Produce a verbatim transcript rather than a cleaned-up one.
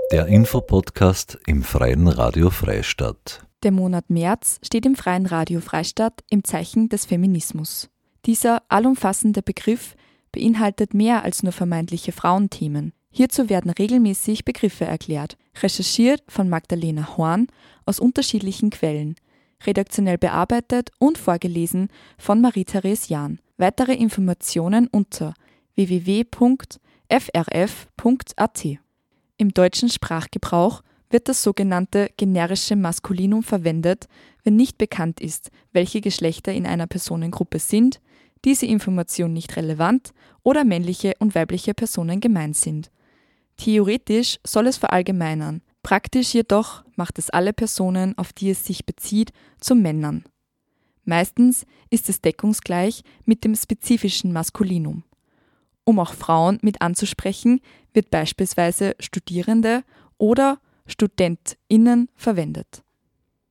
Der Infopodcast im Freien Radio Freistadt. Der Monat März steht im Freien Radio Freistadt im Zeichen des Feminismus. Dieser allumfassende Begriff beinhaltet mehr als nur vermeintliche Frauenthemen. Hierzu werden regelmäßig Begriffe erklärt, recherchiert von Magdalena Horn aus unterschiedlichen Quellen, redaktionell bearbeitet und vorgelesen von Marie-Therese Jahn. Weitere Informationen unter w w w punkt f r f punkt a t. Im deutschen Sprachgebrauch wird das sogenannte generische Maskulinum verwendet, wenn nicht bekannt ist, welche Geschlechter in einer Personengruppe sind, diese Information nicht relevant oder männliche und weibliche Personen gemeint sind. Theoretisch soll es verallgemeinern, praktisch jedoch macht es alle Personen, auf die es sich bezieht, zu Männern. Meistens ist es deckungsgleich mit dem spezifischen Maskulinum. Um auch Frauen mit anzusprechen, wird beispielsweise Studierende oder StudentInnen verwendet.